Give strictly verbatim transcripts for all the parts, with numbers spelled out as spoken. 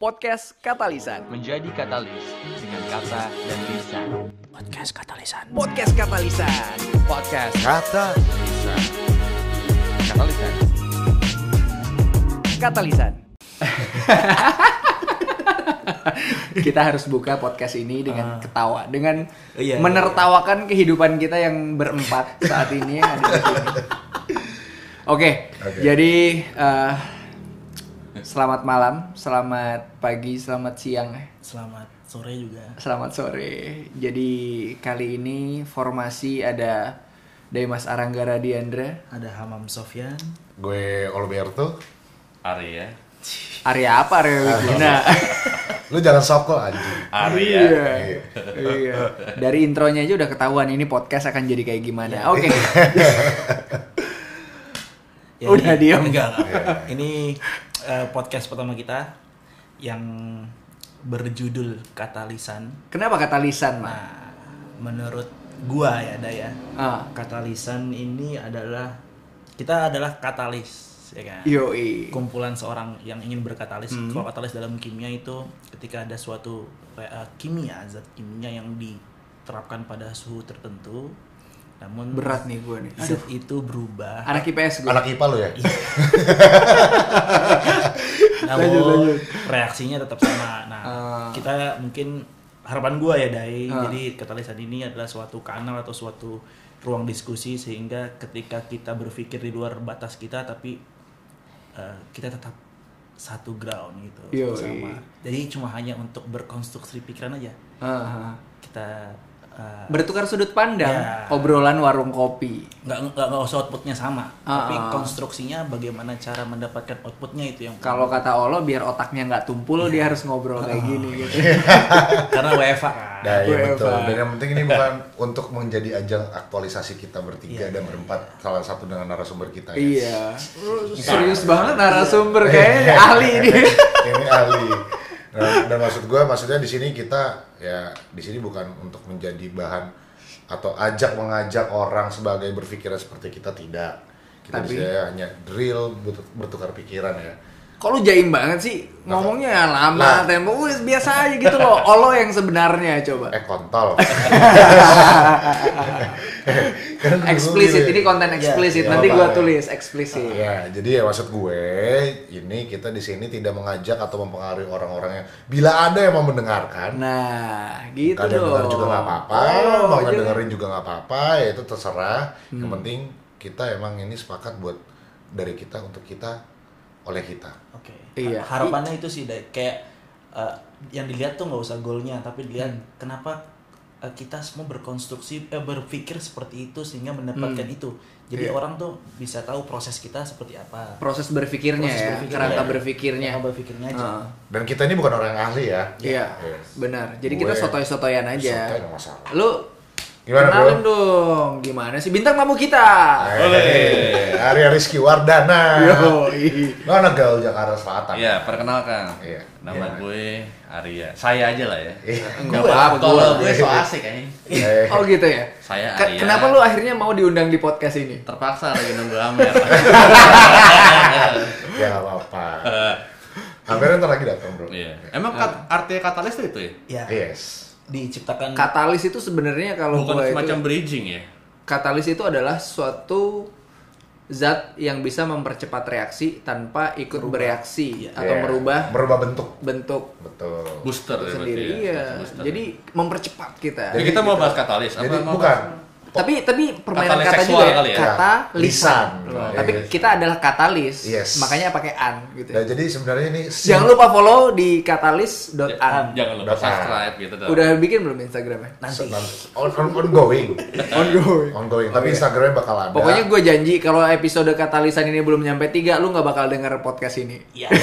Podcast Katalisan. Menjadi katalis dengan kata dan lisan. Podcast Katalisan. Podcast Katalisan. Podcast Katalisan. Katalisan. Katalisan. Kita harus buka podcast ini dengan uh, ketawa, dengan iya, menertawakan iya. kehidupan kita yang berempat saat ini yang ada di sini. Oke, okay, okay. jadi uh, selamat malam, selamat pagi, selamat siang, selamat sore juga. Selamat sore. Jadi kali ini formasi ada Dimas Aranggara Diandra, ada Hamam Sofyan, gue Alberto, Arya. Arya apa Arya Wiguna? Lu jangan sokol anjing. Arya. Iya. Iya. Dari intronya aja udah ketahuan ini podcast akan jadi kayak gimana. Oke. Okay. Ya, udah ini, diam. Enggak, enggak. Ini uh, podcast pertama kita yang berjudul Katalisan. Kenapa Katalisan, Mas? Nah, menurut gua ya, Daya. Ah. Katalisan ini adalah kita adalah katalis. Ya kan? Yoi. Kumpulan seorang yang ingin berkatalis. Hmm. Kalau katalis dalam kimia itu ketika ada suatu uh, kimia, zat kimia yang diterapkan pada suhu tertentu, namun berat nih gue nih. Zat itu berubah. Anak I P S gue. Anak I P A lu ya? Namun lanjut, lanjut. reaksinya tetap sama. Nah, uh. kita mungkin harapan gue ya Dai. Uh. Jadi katalisan ini adalah suatu kanal atau suatu ruang diskusi sehingga ketika kita berpikir di luar batas kita tapi Uh, kita tetap satu ground gitu sama. Jadi cuma hanya untuk berkonstruksi pikiran aja. Uh-huh. Kita uh, bertukar sudut pandang, ya. Obrolan warung kopi. Nggak nggak nggak usah outputnya sama, uh-huh. tapi konstruksinya bagaimana cara mendapatkan outputnya itu yang. Kalau kata Olo biar otaknya nggak tumpul, ya. Dia harus ngobrol uh-huh. kayak gini gitu. Karena W F A kan. Nah, ya betul. Dan yang penting ini bukan untuk menjadi ajang aktualisasi kita bertiga yeah. dan berempat, salah satu dengan narasumber kita. Ya. Iya. Serius banget narasumber kayaknya ahli ini. Ini ahli. Nah, dan maksud gue, maksudnya di sini kita ya di sini bukan untuk menjadi bahan atau ajak mengajak orang sebagai berpikiran seperti kita, tidak. Kita Tapi, di sini hanya drill bertukar pikiran ya. Kok lu jaim banget sih? Ngomongnya lama, nah, tempo, wih biasa aja gitu loh. Olo yang sebenarnya coba. Eh kontol. Eksplisit, ini konten eksplisit. Ya, nanti ya, gua ya. tulis eksplisit. Ya, jadi ya maksud gue, ini kita di sini tidak mengajak atau mempengaruhi orang-orang yang bila ada yang mau mendengarkan. Nah, gitu loh. Kadang dengar juga nggak apa-apa, oh, mau nggak dengerin juga nggak apa-apa, ya itu terserah. Hmm. Yang penting kita emang ini sepakat buat dari kita untuk kita. Oleh kita. Oke. Okay. Iya. Harapannya itu sih kayak uh, yang dilihat tuh nggak usah golnya, tapi dilihat hmm. kenapa uh, kita semua berkonstruksi, eh, berpikir seperti itu sehingga mendapatkan hmm. itu. Jadi yeah. orang tuh bisa tahu proses kita seperti apa. Proses berpikirnya proses ya, berpikirnya. kerangka berpikirnya. Kerangka berpikirnya aja. Uh. Dan kita ini bukan orang yang ahli ya. Iya. Yes. Benar. Jadi gue, kita sotoy-sotoyan aja. Sotoy nggak masalah. Lu gimana, kenalin bro? Dong, gimana sih bintang tamu kita? Hey, Arya Rizky Wardana. Yo, lo anak gaul Jakarta Selatan. Iya, perkenalkan. Iya. Nama ya. gue Arya. Saya aja lah ya. Enggak apa-apa. Kalau gue so asik kayaknya. Oh gitu ya. Saya Arya. Kenapa lu akhirnya mau diundang di podcast ini? Terpaksa lagi nunggu Amer. Ya enggak apa-apa. Amer ntar lagi datang, bro. Iya. Emang kat, artinya katalis itu itu ya? Iya. Yes. Diciptakan katalis itu sebenarnya kalau bukan gua semacam itu, bridging ya. Katalis itu adalah suatu zat yang bisa mempercepat reaksi tanpa ikut merubah. bereaksi yeah. atau yeah. merubah merubah bentuk bentuk betul booster sendiri ya. Iya. Booster. Jadi mempercepat kita. Jadi kita mau bahas katalis apa? Jadi mau bukan. Tapi tapi permainan katalis kata juga ya, ya? kata ya. lisan. Oh, tapi yes. kita adalah katalis. Yes. Makanya pakai an gitu. Nah, jadi sebenarnya ini jangan lupa follow di katalis dot an. Jangan lupa subscribe gitu dong. Udah bikin belum Instagramnya? Nanti. On, on, ongoing. ongoing. Ongoing. Tapi okay. Instagramnya bakal ada. Pokoknya gue janji kalau episode katalisan ini belum nyampe tiga, lu nggak bakal denger podcast ini. Iya.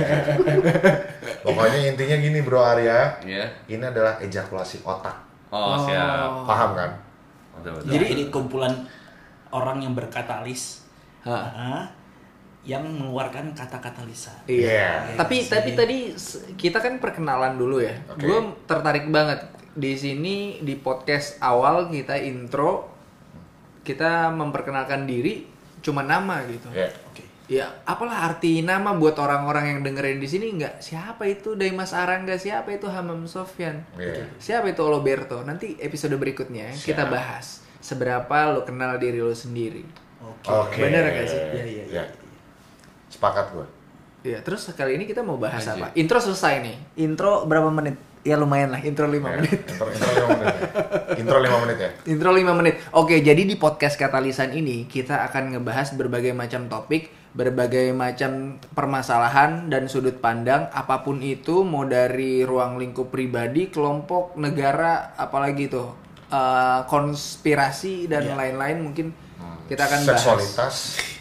Pokoknya intinya gini bro Arya. Iya. Yeah. Ini adalah ejakulasi otak. Oh, oh. siap. Paham kan? Betul, betul. Jadi ini kumpulan orang yang berkatalis, uh, yang mengeluarkan kata-kata lisan. Iya. Yeah. Ya, tapi sini. tapi tadi kita kan perkenalan dulu ya. Okay. Gue tertarik banget di sini di podcast awal kita intro kita memperkenalkan diri cuma nama gitu. Yeah. Oke. Okay. Ya, apalah arti nama buat orang-orang yang dengerin di sini nggak? Siapa itu Daimas Arangga? Siapa itu Hamam Sofyan? Yeah. Siapa itu Oloberto? Nanti episode berikutnya Siap. kita bahas seberapa lo kenal diri lo sendiri. Oke. Okay. Bener gak sih? Iya, iya, iya. Sepakat gue. Iya, terus kali ini kita mau bahas Anjir. apa? Intro selesai nih. Intro berapa menit? Ya lumayan lah, intro lima ya, menit. Intro, intro lima menit ya. Intro lima menit ya. Intro lima menit. Oke, jadi di podcast Katalisan ini kita akan ngebahas berbagai macam topik, berbagai macam permasalahan dan sudut pandang, apapun itu, mau dari ruang lingkup pribadi, kelompok, negara, apalagi tuh uh, konspirasi dan yeah. lain-lain mungkin hmm. kita akan bahas. Seksualitas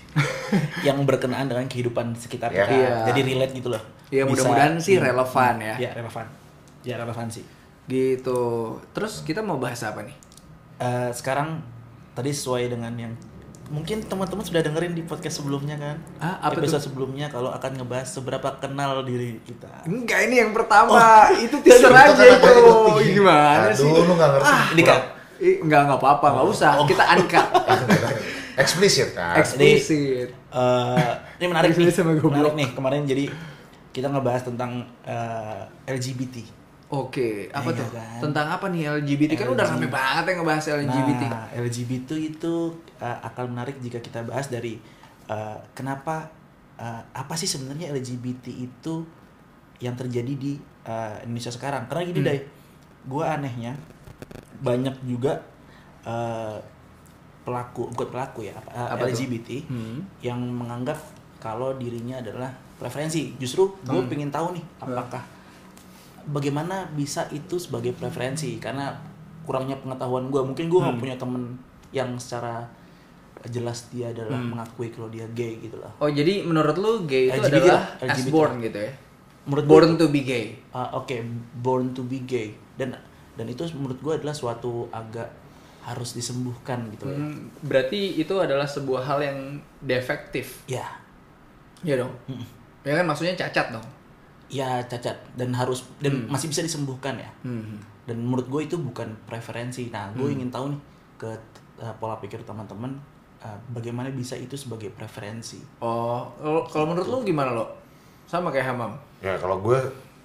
yang berkenaan dengan kehidupan sekitar yeah. kita. Yeah. Jadi relate gitu loh. Iya, mudah-mudahan sih relevan ya. Iya, relevan. Ya relevansi. Gitu. Terus kita mau bahas apa nih? Uh, sekarang tadi sesuai dengan yang mungkin teman-teman sudah dengerin di podcast sebelumnya kan? Ah, apa episode tuh? Sebelumnya kalau akan ngebahas seberapa kenal diri kita. Enggak, ini yang pertama. Oh, itu teaser aja itu. Gimana sih? Aduh, lu enggak ngerti. Ah, ini kan. Enggak, enggak apa-apa, enggak usah. Oh. Kita uncut. Eksplisit kan? Eksplisit. Uh, ini menarik nih. Sama menarik nih. Kemarin jadi kita ngebahas tentang uh, L G B T. Oke, apa ya, tuh? Kan? Tentang apa nih L G B T? L G... Kan udah rame banget yang ngebahas L G B T. Nah, L G B T itu uh, akan menarik jika kita bahas dari uh, kenapa uh, apa sih sebenarnya L G B T itu yang terjadi di uh, Indonesia sekarang. Karena gini, hmm. Day, gue anehnya banyak juga uh, pelaku, bukan pelaku ya, uh, L G B T hmm. yang menganggap kalau dirinya adalah preferensi. Justru gue hmm. pengen tahu nih apakah bagaimana bisa itu sebagai preferensi, karena kurangnya pengetahuan gue. Mungkin gue nggak hmm. punya temen yang secara jelas dia adalah hmm. mengakui kalau dia gay gitu lah. Oh, jadi menurut lu gay itu L G B T adalah L G B T as born gitu ya? Menurut born gue, to be gay. Uh, Oke, okay. born to be gay. Dan dan itu menurut gue adalah suatu agak harus disembuhkan gitu ya. Hmm, berarti itu adalah sebuah hal yang defektif. Ya. Iya dong. Hmm. Ya kan maksudnya cacat dong. Ya cacat dan harus dan hmm. masih bisa disembuhkan ya. Hmm. Dan menurut gue itu bukan preferensi. Nah, gue hmm. ingin tahu nih ke uh, pola pikir teman-teman uh, bagaimana bisa itu sebagai preferensi. Oh, kalau menurut lu gimana lo? Sama kayak Hamam? Ya kalau gue,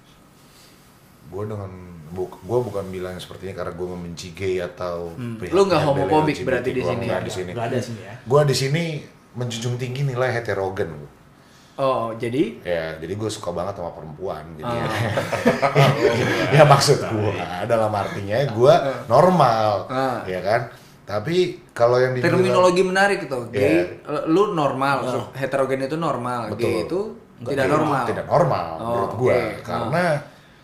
gue dengan bu, gue bukan bilang seperti ini karena gue membenci gay atau hmm. lu nggak homofobik berarti di sini? Nggak di sini. Nggak ada sini ya. Gue di sini menjunjung tinggi nilai heterogen. Oh, jadi? Ya, jadi gue suka banget sama perempuan. Jadi oh. ya, ya maksud gue dalam artinya gue normal, uh. ya kan. Tapi kalau yang dibilang terminologi menarik itu, gay, yeah. lu normal, oh. heterogen itu normal, betul. Gay itu Enggak, tidak normal. Tidak normal oh, menurut gue, okay. karena oh.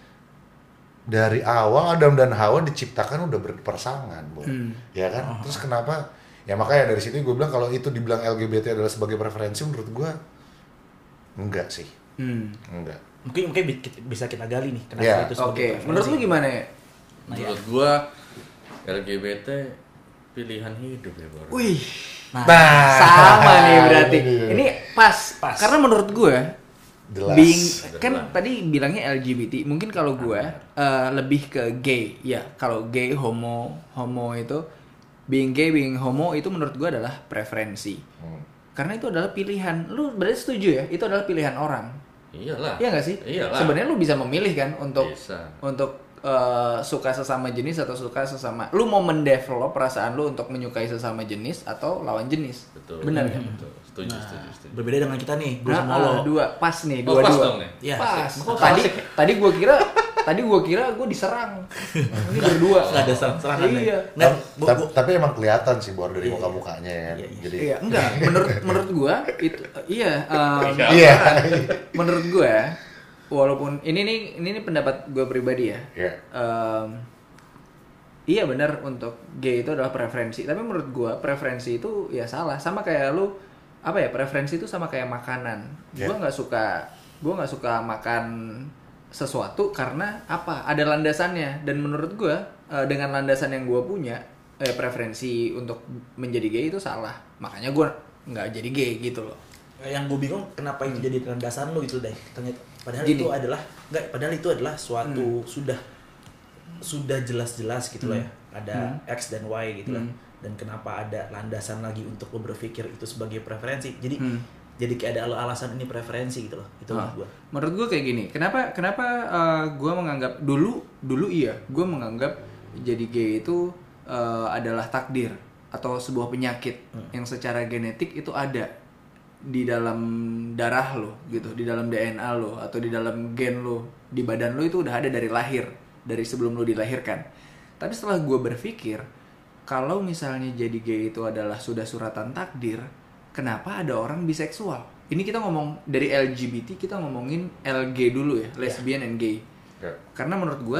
dari awal Adam dan Hawa diciptakan udah berpasangan, Bu. Hmm. Ya kan. Oh. Terus kenapa? Ya makanya dari situ gue bilang kalau itu dibilang L G B T adalah sebagai preferensi, menurut gue enggak sih. Hmm. Enggak. Mungkin mungkin bisa kita gali nih kenapa yeah. itu sebagai okay. preferensi. Menurut lu gimana ya? Nah, menurut ya. gua L G B T pilihan hidup ya, Bro. Wih. Nah, nah, sama nih berarti. Ini pas, pas. Karena menurut gua being kan tadi bilangnya L G B T. Mungkin kalau gua uh, lebih ke gay. Ya, kalau gay, homo, homo itu being gay, being homo itu menurut gua adalah preferensi. Hmm. Karena itu adalah pilihan. Lu berarti setuju ya? Itu adalah pilihan orang. Iyalah. Iya nggak sih? Iyalah. Sebenarnya lu bisa memilih kan untuk bisa. untuk uh, suka sesama jenis atau suka sesama. Lu mau mendevelop perasaan lu untuk menyukai sesama jenis atau lawan jenis. Betul. Benar kan? Betul. Setuju, nah, setuju, setuju. Berbeda dengan kita nih, gue nah, sama uh, lo. Dua, pas nih, oh, dua pas dua. Dong, nih. Ya, pas. Oh, tadi tadi gue kira Tadi gue kira gue diserang. Ini berdua. Nggak ada serang-serangan. Iya. Nggak, bu, bu, tapi emang kelihatan sih Bor dari iya, muka-mukanya ya. Iya, iya. Jadi iya, enggak. Menurut menurut gue itu iya. Um, iya. Menurut gue, walaupun ini nih ini nih pendapat gue pribadi ya. Iya. Um, iya benar untuk gay itu adalah preferensi. Tapi menurut gue preferensi itu ya salah. Sama kayak lu apa ya preferensi itu sama kayak makanan. Yeah. Gue nggak suka gue nggak suka makan sesuatu karena apa ada landasannya, dan menurut gue dengan landasan yang gue punya eh, preferensi untuk menjadi gay itu salah, makanya gue nggak jadi gay gitu loh. Yang gue bingung kenapa itu hmm. jadi landasan lo gitu deh, ternyata padahal Gini. itu adalah nggak padahal itu adalah suatu hmm. sudah sudah jelas-jelas gitu hmm. loh ya, ada hmm. X dan Y gitu hmm. lah, dan kenapa ada landasan lagi untuk lo berpikir itu sebagai preferensi. Jadi hmm. jadi kayak ada alasan ini preferensi gitu loh. Itu nah, menurut gue. Menurut gue kayak gini. Kenapa kenapa uh, gue menganggap dulu dulu iya, gue menganggap jadi gay itu uh, adalah takdir atau sebuah penyakit hmm. yang secara genetik itu ada di dalam darah lo gitu, di dalam D N A lo atau di dalam gen lo, di badan lo itu udah ada dari lahir, dari sebelum lo dilahirkan. Tapi setelah gue berpikir, kalau misalnya jadi gay itu adalah sudah suratan takdir, kenapa ada orang biseksual? Ini kita ngomong dari L G B T, kita ngomongin L G dulu ya, lesbian yeah. and gay. Yeah. Karena menurut gue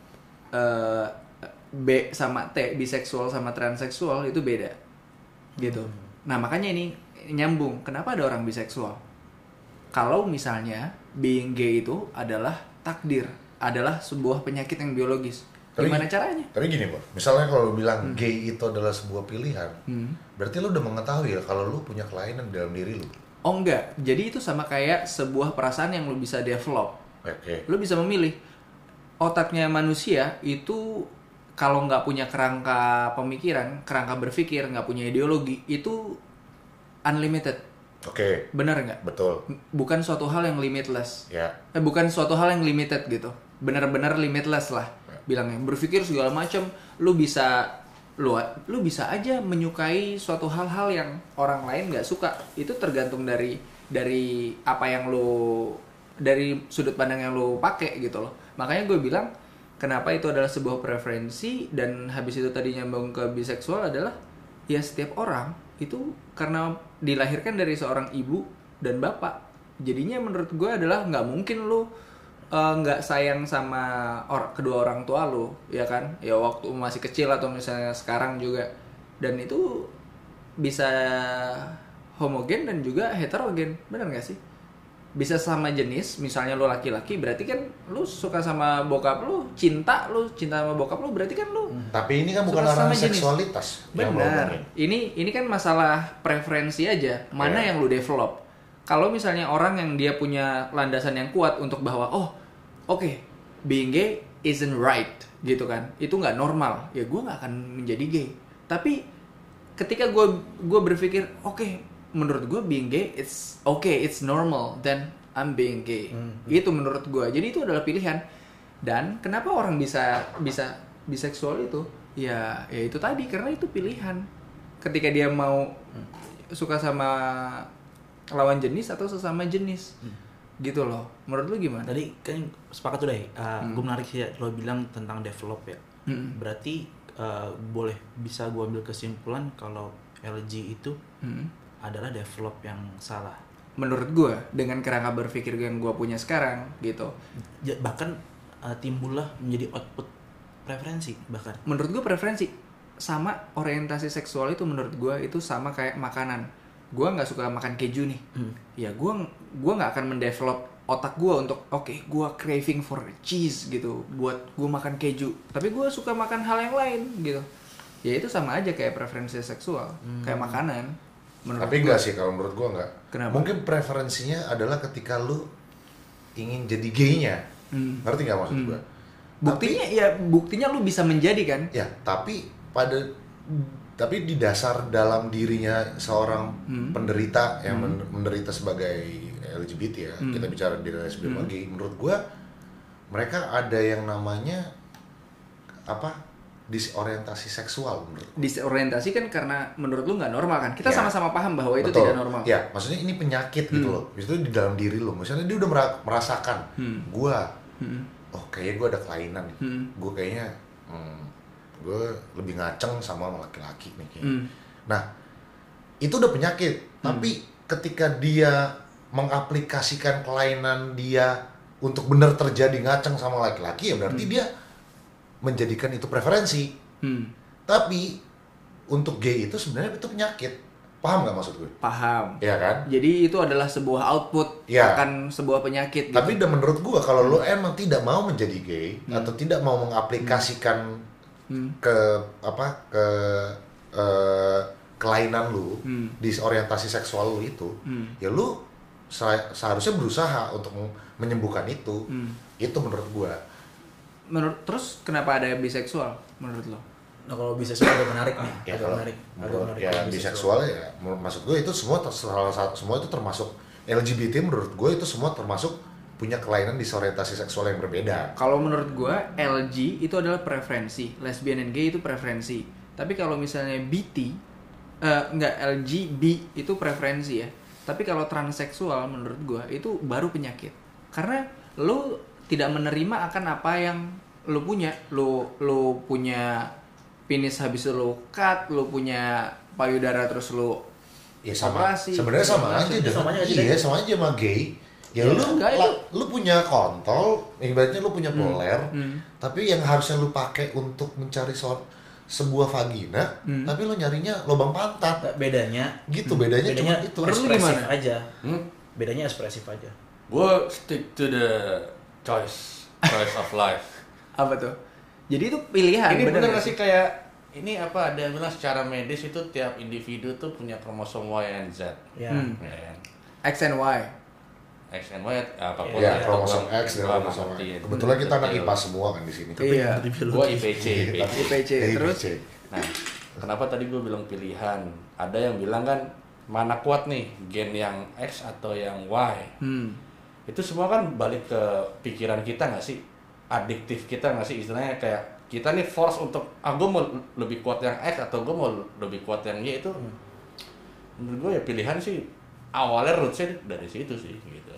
uh, B sama T, biseksual sama transseksual itu beda, gitu. Hmm. Nah makanya ini nyambung. Kenapa ada orang biseksual? Kalau misalnya being gay itu adalah takdir, adalah sebuah penyakit yang biologis. Tapi, gimana caranya? Tapi gini, Bro. Misalnya kalau lu bilang hmm. gay itu adalah sebuah pilihan, hmm. berarti lu udah mengetahui ya kalau lu punya kelainan dalam diri lu. Oh enggak. Jadi itu sama kayak sebuah perasaan yang lu bisa develop. Oke. Okay. Lu bisa memilih. Otaknya manusia itu kalau nggak punya kerangka pemikiran, kerangka berpikir, nggak punya ideologi, itu unlimited. Oke. Okay. Benar nggak? Betul. Bukan suatu hal yang limitless. Ya. Eh, bukan suatu hal yang limited gitu. Benar-benar limitless lah. Bilangnya berpikir segala macam, lu bisa lu lu bisa aja menyukai suatu hal-hal yang orang lain nggak suka. Itu tergantung dari dari apa yang lu dari sudut pandang yang lu pakai gitu loh. Makanya gue bilang kenapa itu adalah sebuah preferensi, dan habis itu tadi nyambung ke biseksual adalah ya setiap orang itu karena dilahirkan dari seorang ibu dan bapak. Jadinya menurut gue adalah nggak mungkin lu nggak uh, sayang sama or- kedua orang tua lo, ya kan? Ya waktu masih kecil atau misalnya sekarang juga. Dan itu bisa homogen dan juga heterogen, benar nggak sih? Bisa sama jenis, misalnya lo laki-laki, berarti kan lo suka sama bokap lo, cinta lo cinta sama bokap lo, berarti kan lo. Hmm. Tapi ini kan bukan arah seksualitas. Benar. Ini ini kan masalah preferensi aja, mana yeah. yang lo develop. Kalau misalnya orang yang dia punya landasan yang kuat untuk bahwa oh oke okay, being gay isn't right gitu kan, itu nggak normal, ya gue nggak akan menjadi gay. Tapi ketika gue gue berpikir oke okay, menurut gue being gay it's okay, it's normal, then I'm being gay. Mm-hmm. Itu menurut gue. Jadi itu adalah pilihan. Dan kenapa orang bisa bisa biseksual itu? Ya ya itu tadi, karena itu pilihan. Ketika dia mau suka sama lawan jenis atau sesama jenis, hmm. gitu loh. Menurut lu gimana? Tadi kan sepakat tuh deh. Uh, hmm. Gue menarik sih ya, lo bilang tentang develop ya. Hmm. Berarti uh, boleh bisa gue ambil kesimpulan kalau L G itu hmm. adalah develop yang salah. Menurut gue dengan kerangka berpikir yang gue punya sekarang, gitu. Ya, bahkan uh, timbullah menjadi output preferensi bahkan. Menurut gue preferensi sama orientasi seksual itu menurut gue itu sama kayak makanan. Gue nggak suka makan keju nih, hmm. ya gue gue nggak akan mendevelop otak gue untuk oke okay, gue craving for cheese gitu buat gue makan keju, tapi gue suka makan hal yang lain gitu. Ya itu sama aja kayak preferensi seksual, hmm. kayak makanan. Menurut tapi enggak sih, kalau menurut gue enggak. Kenapa? Mungkin preferensinya adalah ketika lu ingin jadi gay-nya, hmm. ngerti nggak maksud hmm. gue? Buktinya tapi, ya buktinya lu bisa menjadi kan? Ya tapi pada tapi di dasar dalam dirinya seorang hmm. penderita yang hmm. menderita sebagai L G B T ya, hmm. kita bicara di lesbian hmm. gay, menurut gue mereka ada yang namanya apa disorientasi seksual menurut gue. Disorientasi kan karena menurut lu nggak normal kan? Kita ya. sama-sama paham bahwa itu Betul. tidak normal. Ya, maksudnya ini penyakit hmm. gitu loh. Itu di dalam diri lo. Misalnya dia udah merasakan, hmm. gue, hmm. oh kayaknya gue ada kelainan nih. Hmm. Gue kayaknya hmm, gue lebih ngaceng sama laki-laki nih kayaknya. Hmm. Nah, itu udah penyakit. Hmm. Tapi ketika dia mengaplikasikan kelainan dia untuk benar terjadi ngaceng sama laki-laki, ya berarti hmm. dia menjadikan itu preferensi. Hmm. Tapi untuk gay itu sebenarnya itu penyakit. Paham nggak maksud gue? Paham. Iya kan? Jadi itu adalah sebuah output ya. akan sebuah penyakit. Gitu. Tapi dan menurut gue kalau hmm. lo emang tidak mau menjadi gay hmm. atau tidak mau mengaplikasikan hmm. ke apa ke uh, kelainan lu hmm. di orientasi seksual lu itu, hmm. ya lu seharusnya berusaha untuk menyembuhkan itu. Hmm. Itu menurut gua. Menurut terus kenapa ada biseksual menurut lo? Nah kalau biseksual agak menarik nih, ya, agak kalau menarik, agak menurut menarik. ya biseksual ya, maksud gue itu semua salah satu semua itu termasuk L G B T, menurut gue itu semua termasuk punya kelainan disorientasi seksual yang berbeda. Kalau menurut gue L G itu adalah preferensi, lesbian and gay itu preferensi. Tapi kalau misalnya B T, uh, enggak L G B itu preferensi ya. Tapi kalau transseksual menurut gue itu baru penyakit. Karena lo tidak menerima akan apa yang lo punya, lo lo punya penis habis lo cut, lo punya payudara terus lo ya sama, operasi. Sebenarnya sama aja deh. Sama aja iya, sama aja sama gay. Ya, ya lu enggak, la, itu. lu punya kontol, ibaratnya lu punya poler, hmm. tapi yang harusnya lu pakai untuk mencari so- sebuah vagina, hmm. tapi lu nyarinya lubang pantat. Bedanya Gitu, bedanya, bedanya cuma itu. ekspresif gimana? aja. Hmm? Bedanya ekspresif aja. Gue stick to the choice, choice of life. Apa tuh? Jadi itu pilihan. Ini bener nggak gak sih kayak ini apa ada yang bilang secara medis itu tiap individu tuh punya kromosom Y and Z. Ya. Hmm. Ya kan? X and Y. X and Y apapun Ya, lah, kromosom gua- X dan gua kromosom ngerti Y. ya. Kebetulan kita anak I P A Detail. semua kan di sini. Iya. Gua I P C, I P C. I P C. Terus? Nah, kenapa tadi gue bilang pilihan? Ada yang bilang kan mana kuat nih gen yang X atau yang Y? Hmm. Itu semua kan balik ke pikiran kita nggak sih? Adiktif kita nggak sih istilahnya kayak kita nih force untuk ah gue mau lebih kuat yang X atau gue mau lebih kuat yang Y itu hmm. menurut gue ya pilihan sih awalnya rootsnya dari situ sih gitu.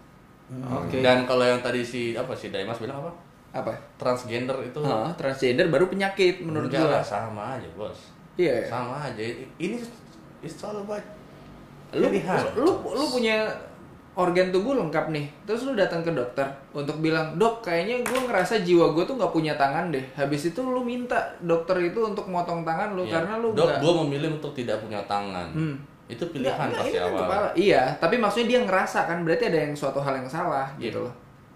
Hmm. Oke. Okay. Dan kalau yang tadi si apa si Daimas bilang apa? Apa? Transgender itu Hah, transgender baru penyakit menurut enggak gua. lah, sama aja bos. Iya. Sama aja. Ini it's all about Lu, pilihan. lu lu punya organ tubuh lengkap nih, terus lu datang ke dokter untuk bilang, dok kayaknya gue ngerasa jiwa gue tuh nggak punya tangan deh. Habis itu lu minta dokter itu untuk motong tangan lu Ya, karena lu dok nggak. gue memilih untuk tidak punya tangan. Hmm. Itu pilihan Nggak, pasti ini kan awal. kepala. Iya, tapi maksudnya dia ngerasa kan, berarti ada yang suatu hal yang salah Iya. gitu loh.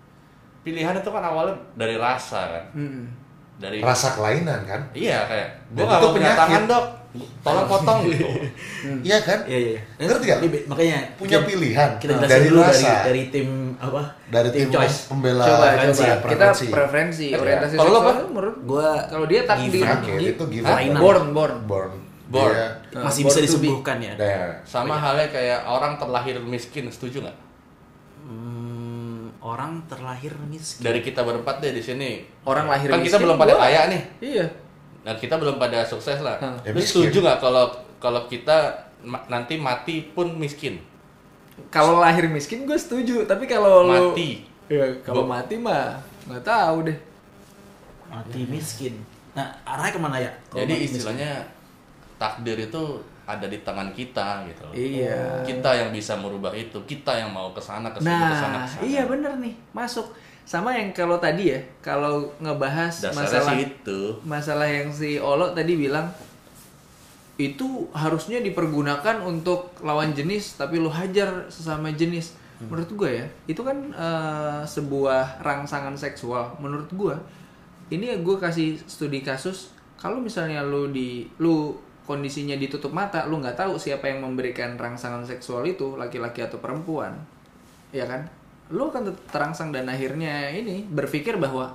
Pilihan itu kan awalnya dari rasa kan. Hmm. Dari Rasa kelainan kan? iya kayak gue Dan nggak itu mau punya penyakit. tangan dok, tolong potong gitu. Iya kan? Iya iya. Ngerti gak? Ini be- makanya Punya kita- pilihan Kita jelasin dari dulu dari rasa. dari tim apa? Dari tim, choice. pembela Coba preferensi, coba ya, kita preferensi. preferensi Eh, orientasi kalau lu seksual apa? menurut Gua kalau dia takdir Penyakit gi- itu given. Kelainan. born born. Born. Born. Dia, Nah, masih born bisa to be. disembuhkan ya. dia Sama halnya kayak orang terlahir miskin, setuju nggak? Hmm, orang terlahir miskin. Dari kita berempat deh di sini. Orang lahir kan kita miskin, belum pada gua- kaya nih. Iya. Nah kita belum pada sukses lah. Hah. Ya, Lu miskin. setuju nggak kalau kalau kita ma- nanti mati pun miskin? Kalau lahir miskin gue setuju, tapi kalau lu Mati. ya kalau Gua- mati mah nggak tahu deh. Mati miskin. Nah, arahnya kemana ya? Kalau Jadi mati miskin. istilahnya takdir itu ada di tangan kita gitu. Iya. Kita yang bisa merubah itu. Kita yang mau ke sana ke sini ke sana Nah, ke sana. iya bener nih, masuk. Sama yang kalau tadi ya, kalau ngebahas Dasarnya masalah sih itu. masalah yang si Olo tadi bilang itu harusnya dipergunakan untuk lawan jenis tapi lu hajar sesama jenis. Menurut gue ya, itu kan eh, sebuah rangsangan seksual. Menurut gue, ini gue kasih studi kasus. Kalau misalnya lu di lu kondisinya ditutup mata, lu nggak tahu siapa yang memberikan rangsangan seksual itu, laki-laki atau perempuan, ya kan? Lu akan tet- terangsang dan akhirnya ini berpikir bahwa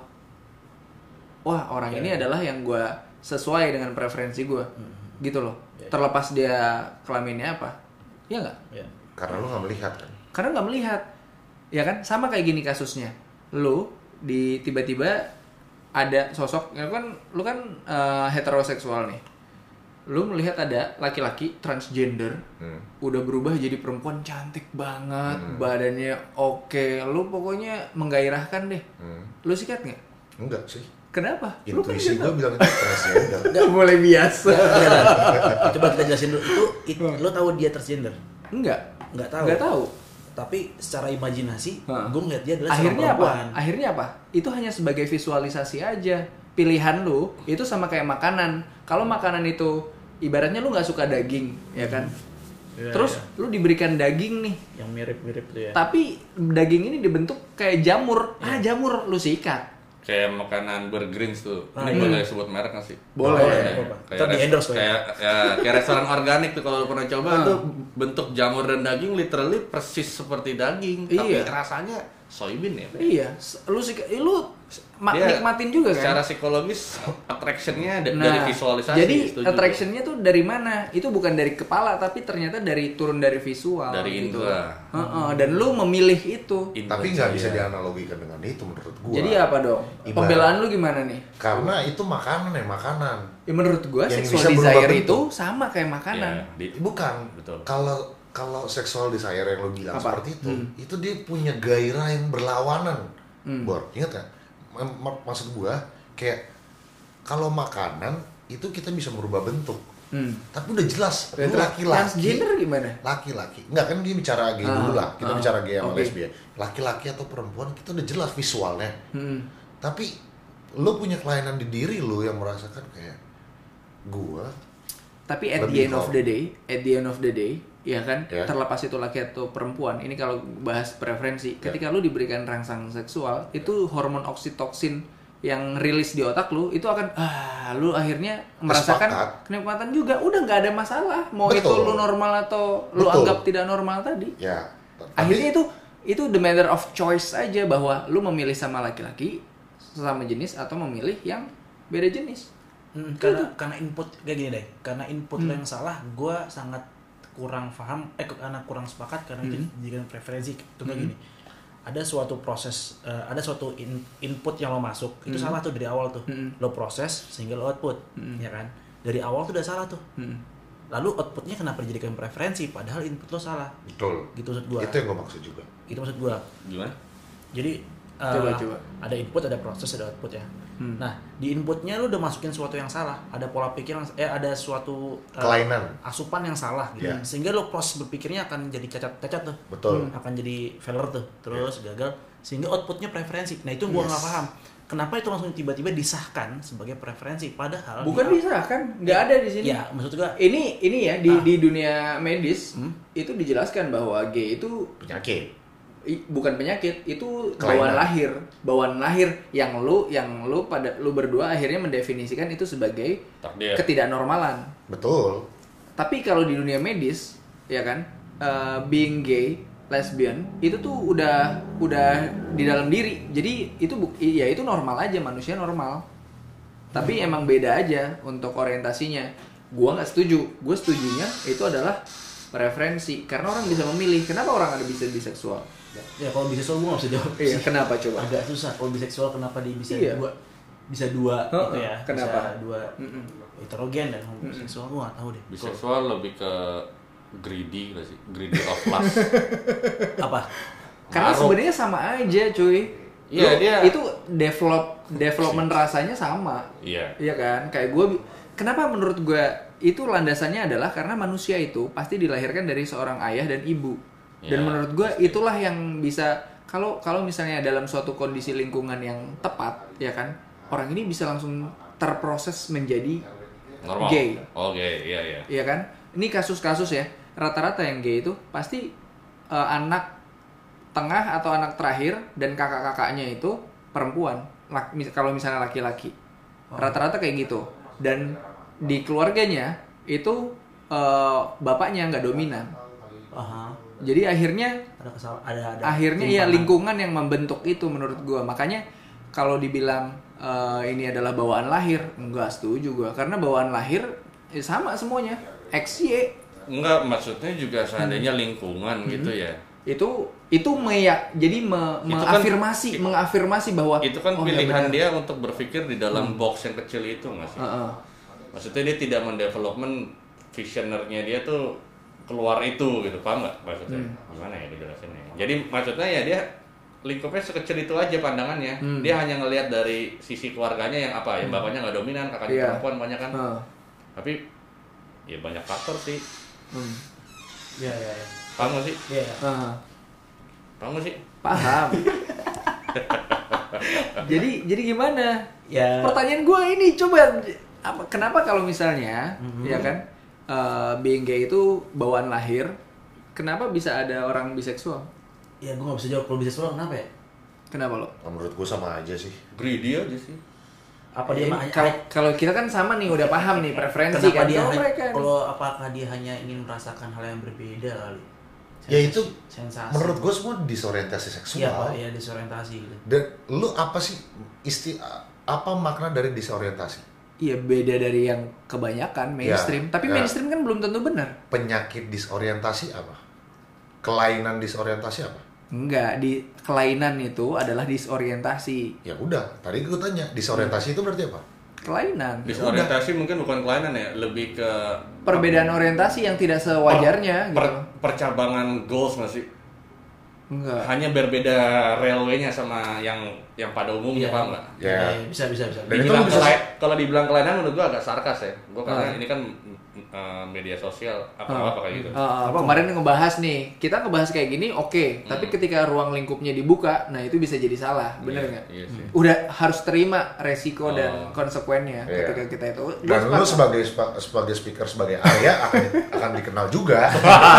wah orang Ya. ini adalah yang gue sesuai dengan preferensi gue, Hmm. gitu loh. Ya. Terlepas dia kelaminnya apa, ya nggak? Ya. karena lu nggak melihat kan. Karena nggak melihat, ya kan? Sama kayak gini kasusnya, lu di tiba-tiba ada sosok, ya kan? Lu kan eh, heteroseksual nih, lu melihat ada laki-laki transgender, Hmm. udah berubah jadi perempuan cantik banget, Hmm. badannya oke, lu pokoknya menggairahkan deh, Hmm. lu sikat nggak? Enggak sih. Kenapa? Lu kan Intuisi nggak gue tahu. bilang itu transgender. Nggak boleh biasa. Coba kita jelasin dulu. Itu, itu lo tahu dia transgender? Enggak. Nggak tahu. Nggak tahu. Tapi secara imajinasi, Hah. gue ngeliat dia adalah seorang Akhirnya apa? perempuan. Akhirnya apa? Itu hanya sebagai visualisasi aja. Pilihan lu itu sama kayak makanan. Kalau makanan itu ibaratnya lu nggak suka daging, ya kan? Iya, Terus iya. lu diberikan daging nih, Yang mirip-mirip tuh ya. tapi daging ini dibentuk kayak jamur. Ah, jamur lu sikat. Kayak makanan bergreens tuh. Ah, Ini iya. boleh sebut merek nggak sih? Boleh. Ya, Boleh. kayak, Ntar di res- endorse, Pak. kayak, ya, kayak restoran organik tuh kalau lu pernah coba Ah. tuh bentuk jamur dan daging literally persis seperti daging, tapi Iya. rasanya soybean ya. Pak? Iya, s- lu sikat, eh, lu Ma- nikmatin juga kan. Secara psikologis attraction-nya d- nah, dari visualisasi. Jadi attraction-nya tuh dari mana? Itu bukan dari kepala tapi ternyata dari turun dari visual. Dari gitu. indra. Uh-uh, dan lu memilih itu. Indra, Tapi nggak iya. bisa dianalogikan dengan itu menurut gua. Jadi apa dong? Ibarat- Pembelaan lu gimana nih? Karena itu makanan ya makanan. Ya menurut gua Yang sexual bisa berubah desire bentuk. itu sama kayak makanan. Ya, di- Bukan. Betul. Kalau kalau sexual desire yang lo bilang Apa? seperti itu, Hmm. itu dia punya gairah yang berlawanan. Hmm. Bor, ingat kan? M- mak- maksud gua kayak kalau makanan itu kita bisa merubah bentuk. Hmm. Tapi udah jelas, lu Berarti laki-laki. transgender gimana? Laki-laki. Enggak kan dia bicara gay Ah, dulu lah. Kita ah, bicara gay sama oke. lesbian. Laki-laki atau perempuan kita udah jelas visualnya. Hmm. Tapi lu punya kelainan di diri lu yang merasakan kayak gua Tapi at the Lebih end of kok. the day, at the end of the day, ya kan, Ya. terlepas itu laki atau perempuan, ini kalau bahas preferensi, Ya. ketika lu diberikan rangsang seksual, itu hormon oksitoksin yang rilis di otak lu, itu akan, ah, lu akhirnya merasakan Sepakat. kenikmatan juga, udah nggak ada masalah, mau Betul. itu lu normal atau lu Betul. anggap tidak normal tadi. ya. Akhirnya itu itu the matter of choice aja bahwa lu memilih sama laki-laki sesama jenis atau memilih yang beda jenis. Hmm, karena karena input kayak gini deh, karena input Hmm. lo yang salah, gue sangat kurang paham, eh karena kurang sepakat karena itu Hmm. dijadikan preferensi. Contoh Hmm. gini, ada suatu proses, eh, ada suatu in- input yang lo masuk, itu Hmm. salah tuh dari awal tuh, Hmm. lo proses sehingga lo output, Hmm. ya kan? Dari awal tuh udah salah tuh. Hmm. Lalu outputnya kenapa dijadikan preferensi, padahal input lo salah, Betul. gitu maksud gue. Itu yang gua maksud juga. Itu maksud gue. Gimana? Jadi eh, Coba, coba. ada input, ada proses, ada output ya. Hmm. Nah, di inputnya lu udah masukin sesuatu yang salah, ada pola pikir yang eh ada suatu eh, Kelainan. asupan yang salah gitu. Ya. Sehingga lu proses berpikirnya akan jadi cacat-cacat tuh. Betul. Akan jadi failure tuh. Terus gagal sehingga outputnya preferensi. Nah, itu gua nggak Yes. paham. Kenapa itu langsung tiba-tiba disahkan sebagai preferensi padahal Bukan di- bisa kan, nggak ada di sini. Ya, maksud gua Ini ini ya di Ah. di dunia medis Hmm? itu dijelaskan bahwa gay itu Penyakit. i- bukan penyakit, itu Kelainan. bawaan lahir, bawaan lahir yang lu yang lu pada lu berdua akhirnya mendefinisikan itu sebagai Takdir. ketidaknormalan. Betul. Tapi kalau di dunia medis, ya kan, uh, being gay, lesbian itu tuh udah udah di dalam diri. Jadi itu bu- ya itu normal aja, manusia normal. Tapi emang beda aja untuk orientasinya. Gua nggak setuju. Gue setujunya itu adalah preferensi karena orang bisa memilih. Kenapa orang ada bisa biseksual? ya kalau biseksual gua nggak bisa jawab. Iya, kenapa coba? Agak susah kalau biseksual kenapa dia bisa Iya. dua bisa dua Oh, gitu ya. kenapa? Bisa dua Mm-mm. heterogen dan homoseksual gua nggak tahu deh. Biseksual lebih ke greedy gak sih? Greedy of lust. Apa? Karena Maruk. sebenarnya sama aja, cuy. Iya, Lu- dia- itu develop development rasanya sama. Iya. Iya kan? Kayak gue, kenapa menurut gue itu landasannya adalah karena manusia itu pasti dilahirkan dari seorang ayah dan ibu. Dan Ya, menurut gue pasti. itulah yang bisa kalau kalau misalnya dalam suatu kondisi lingkungan yang tepat, ya kan, orang ini bisa langsung terproses menjadi Normal. gay. Oh, gay. Iya, iya. Iya kan? Ini kasus-kasus ya. Rata-rata yang gay itu pasti eh, anak tengah atau anak terakhir dan kakak-kakaknya itu perempuan. Lak- mis- kalau misalnya laki-laki. Rata-rata kayak gitu. Dan di keluarganya itu eh, bapaknya nggak dominan. Aha. Jadi akhirnya Ada kesal ada ada. akhirnya ya timpangan. lingkungan yang membentuk itu menurut gua. Makanya kalau dibilang eh, ini adalah bawaan lahir, enggak setuju gua. Karena bawaan lahir ya sama semuanya. X Y Enggak, maksudnya juga seandainya lingkungan gitu ya. itu itu meyak jadi me- Itu kan- mengafirmasi mengafirmasi bahwa Itu kan oh, ya pilihan benar. dia untuk berpikir di dalam box yang kecil itu nggak sih? Heeh. Maksudnya dia tidak mendevelopment visionernya dia tuh keluar itu gitu, paham nggak maksudnya? Hmm. Gimana ya dijelasinnya? Jadi maksudnya ya dia lingkupnya sekecil itu aja pandangannya. Hmm. Dia hanya ngelihat dari sisi keluarganya yang apa, yang bapaknya nggak dominan, kakaknya Iya. perempuan banyak kan. Heeh. Tapi ya banyak faktor sih. Hmm. Iya iya iya. Paham nggak sih? Iya. iya. Heeh. Paham nggak sih? Paham. jadi jadi gimana? Ya. Pertanyaan gue ini coba apa kenapa kalau misalnya Mhm. ya kan eh, being gay itu bawaan lahir, kenapa bisa ada orang biseksual? Ya gue nggak bisa jawab kalau biseksual kenapa ya? Kenapa lo? Nah, menurut gua sama aja sih. Greedy aja sih. Apa dia Eh, mah kalau kalau kita kan sama nih udah paham nih preferensi kenapa kan. dia Kalau hanya- mereka nih. kalau apakah dia hanya ingin merasakan hal yang berbeda kali? Sensasi. Ya itu sensasi. Menurut gue semua disorientasi seksual. Iya Pak, ya disorientasi gitu. Dan lu apa sih isti apa makna dari disorientasi? Iya beda dari yang kebanyakan mainstream, ya, tapi ya. Mainstream kan belum tentu benar. Penyakit disorientasi apa? Kelainan disorientasi apa? Enggak, di kelainan itu adalah disorientasi. Ya udah, tadi gue tanya, disorientasi hmm. itu berarti apa? Kelainan. Disorientasi ya mungkin bukan kelainan ya, lebih ke perbedaan orientasi yang tidak sewajarnya. Per, per, gitu. Percabangan goals nggak sih? Enggak. Hanya berbeda railway-nya sama yang yang pada umumnya, paham nggak? Ya. Ya, bisa bisa bisa. Dibilang bisa... kelai, kalau dibilang kelainan menurut gua agak sarkas ya. Gua karena hmm. ini kan uh, media sosial apa hmm. apa kayak gitu. Uh, uh, kemarin ngebahas nih, kita ngebahas kayak gini, oke. Okay. Hmm. Tapi ketika ruang lingkupnya dibuka, nah itu bisa jadi salah, bener nggak? Iya, iya sih. Udah harus terima resiko oh. dan konsekuennya yeah. ketika kita itu. Dan lu sebagai sebagai speaker sebagai Arya akan akan dikenal juga.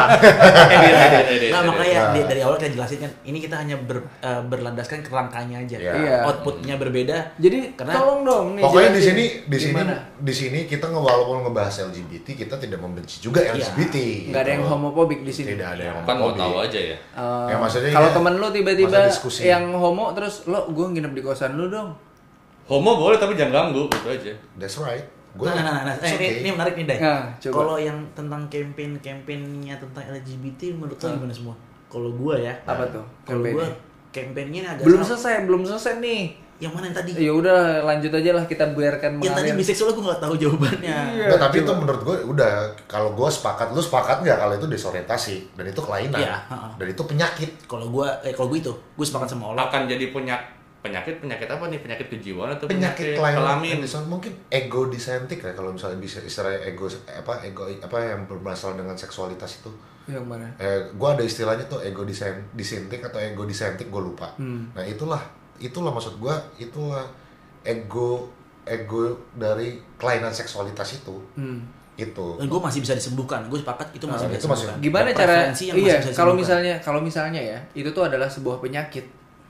Nah makanya nah. dari awal kita jelasin kan, ini kita hanya ber, uh, berlandaskan kerangkanya aja. Yeah. Yeah. Outputnya berbeda. Jadi karena tolong dong nih. Pokoknya di sini di sini di sini kita walaupun ngebahas L G B T, kita tidak membenci juga L G B T. Iya. Nggak ada yang homofobik di sini. Tidak ada yang kan mau tahu aja ya. Uh, ya maksudnya kalau ya, temen lu tiba-tiba yang homo terus lo gue nginep di kosan lu dong. Homo boleh tapi jangan ganggu gitu aja. That's right. Gua, nah, nah, nah, nah. Eh, okay. ini, ini menarik nih, Dai. Nah, kalau yang tentang campaign-campaignnya tentang L G B T menurut lo gimana semua? Kalau gua ya. Apa tuh? Kalau gua campaignnya agak belum salah. selesai, belum selesai nih. Yang mana yang tadi? Ya udah lanjut aja lah kita biarkan mengalir. Yang tadi biseksual gue nggak tahu jawabannya. Iya, nah, tapi itu menurut gue udah kalau gue sepakat, lu sepakat nggak kalau itu disorientasi dan itu kelainan ya, uh-uh. dan itu penyakit. Kalau gue, eh kalau gue itu, gue sepakat sama Ola. Akan jadi punya penyakit penyakit apa nih? Penyakit kejiwaan atau penyakit, penyakit kelamin? Mungkin ego disentik ya kalau misalnya bisa istilahnya ego apa ego apa yang bermasalah dengan seksualitas itu. Yang mana? Eh, gue ada istilahnya tuh ego disentik atau ego disentik, gue lupa. Hmm. Nah itulah itulah maksud gue, itulah ego ego dari kelainan seksualitas itu. Hmm. Itu. Dan gue masih bisa disembuhkan. Gue sepakat itu masih nah, bisa itu disembuhkan. Masih, gimana cara iya kalau misalnya kalau misalnya ya itu tuh adalah sebuah penyakit.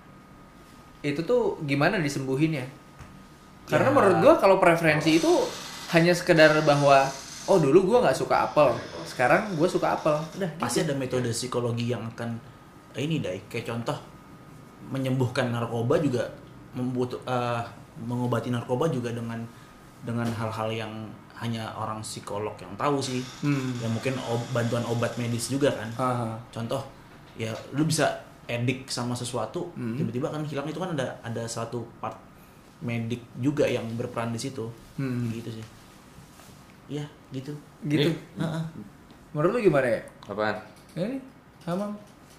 Itu tuh gimana disembuhinnya? Karena ya. Menurut gue kalau preferensi itu hanya sekedar bahwa oh dulu gue nggak suka apel, sekarang gue suka apel. Udah. Pasti gitu. ada metode psikologi yang akan ini deh, kayak contoh menyembuhkan narkoba juga membutuh uh, mengobati narkoba juga dengan dengan hal-hal yang hanya orang psikolog yang tahu sih. Hmm. Ya mungkin ob- bantuan obat medis juga kan. Uh-huh. Contoh ya lu bisa edik sama sesuatu, hmm. tiba-tiba kan hilang, itu kan ada ada satu part medik juga yang berperan di situ. Hmm. Gitu sih. Ya, gitu. Gitu. Uh-uh. Menurut lu gimana ya? Apaan? Ini sama.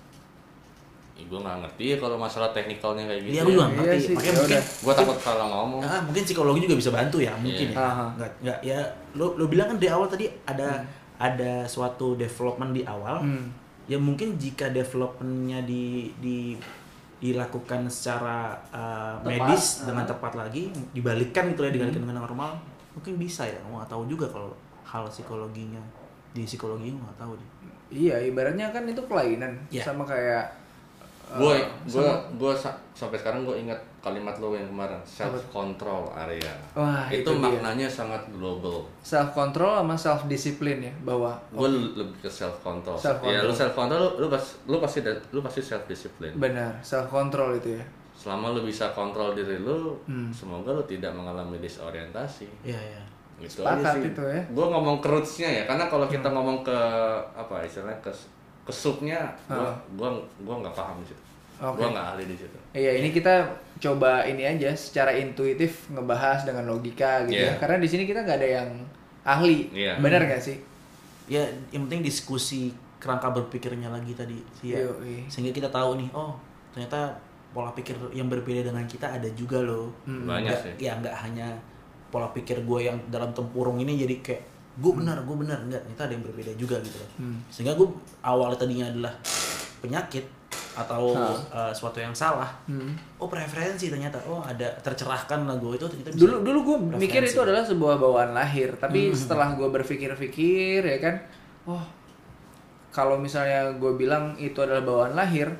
Ya, gue nggak ngerti ya kalau masalah teknikalnya kayak gitu. Iya, gue juga ngerti. Iya sih, makanya ya mungkin gue takut salah ngomong. Ah, mungkin psikologi juga bisa bantu ya, mungkin yeah. ya. Nggak, nggak ya. Lo lo bilang kan di awal tadi ada hmm. ada suatu development di awal. Hmm. Ya mungkin jika developmentnya di di dilakukan secara uh, medis uh. dengan tepat lagi, dibalikkan gitu ya, dibalikkan hmm. dengan normal, mungkin bisa ya. Nggak tahu juga kalau hal psikologinya di psikologi nggak tahu deh. Iya, ibaratnya kan itu kelainan yeah. sama kayak gue gue gue sampai sekarang gue ingat kalimat lo yang kemarin, self control area. Wah, itu, itu maknanya dia. Sangat global. Self control sama self discipline ya, bahwa gue okay. lebih ke self control. Ya lu self control, lu pas lu pasti lu pasti self discipline. Benar, self control itu ya. Selama lu bisa kontrol diri lu, hmm. semoga lu tidak mengalami disorientasi. Iya iya. Gitu Sepakat itu ya. Gue ngomong ke roots-nya ya, karena kalau kita hmm. ngomong ke apa istilahnya ke ke subnya, gua, hmm. gua gua nggak paham di situ. Okay. Gua nggak ahli di situ. Iya, ini kita coba ini aja secara intuitif ngebahas dengan logika gitu yeah. ya. Karena di sini kita nggak ada yang ahli, yeah. benar nggak sih? Ya, yang penting diskusi kerangka berpikirnya lagi tadi sih ya. Sehingga kita tahu nih, oh ternyata pola pikir yang berbeda dengan kita ada juga loh. Hmm. Banyak nggak, sih. Ya nggak hanya pola pikir gue yang dalam tempurung ini jadi kayak gue benar, gue benar, enggak, ternyata ada yang berbeda juga gitu loh. Hmm. Sehingga gue awal tadinya adalah penyakit atau uh, suatu yang salah. Hmm. Oh, preferensi ternyata. Oh, ada tercerahkan lah gue itu ternyata bisa. Dulu dulu gue mikir itu adalah sebuah bawaan lahir, tapi hmm. setelah gue berpikir-pikir ya kan, oh kalau misalnya gue bilang itu adalah bawaan lahir,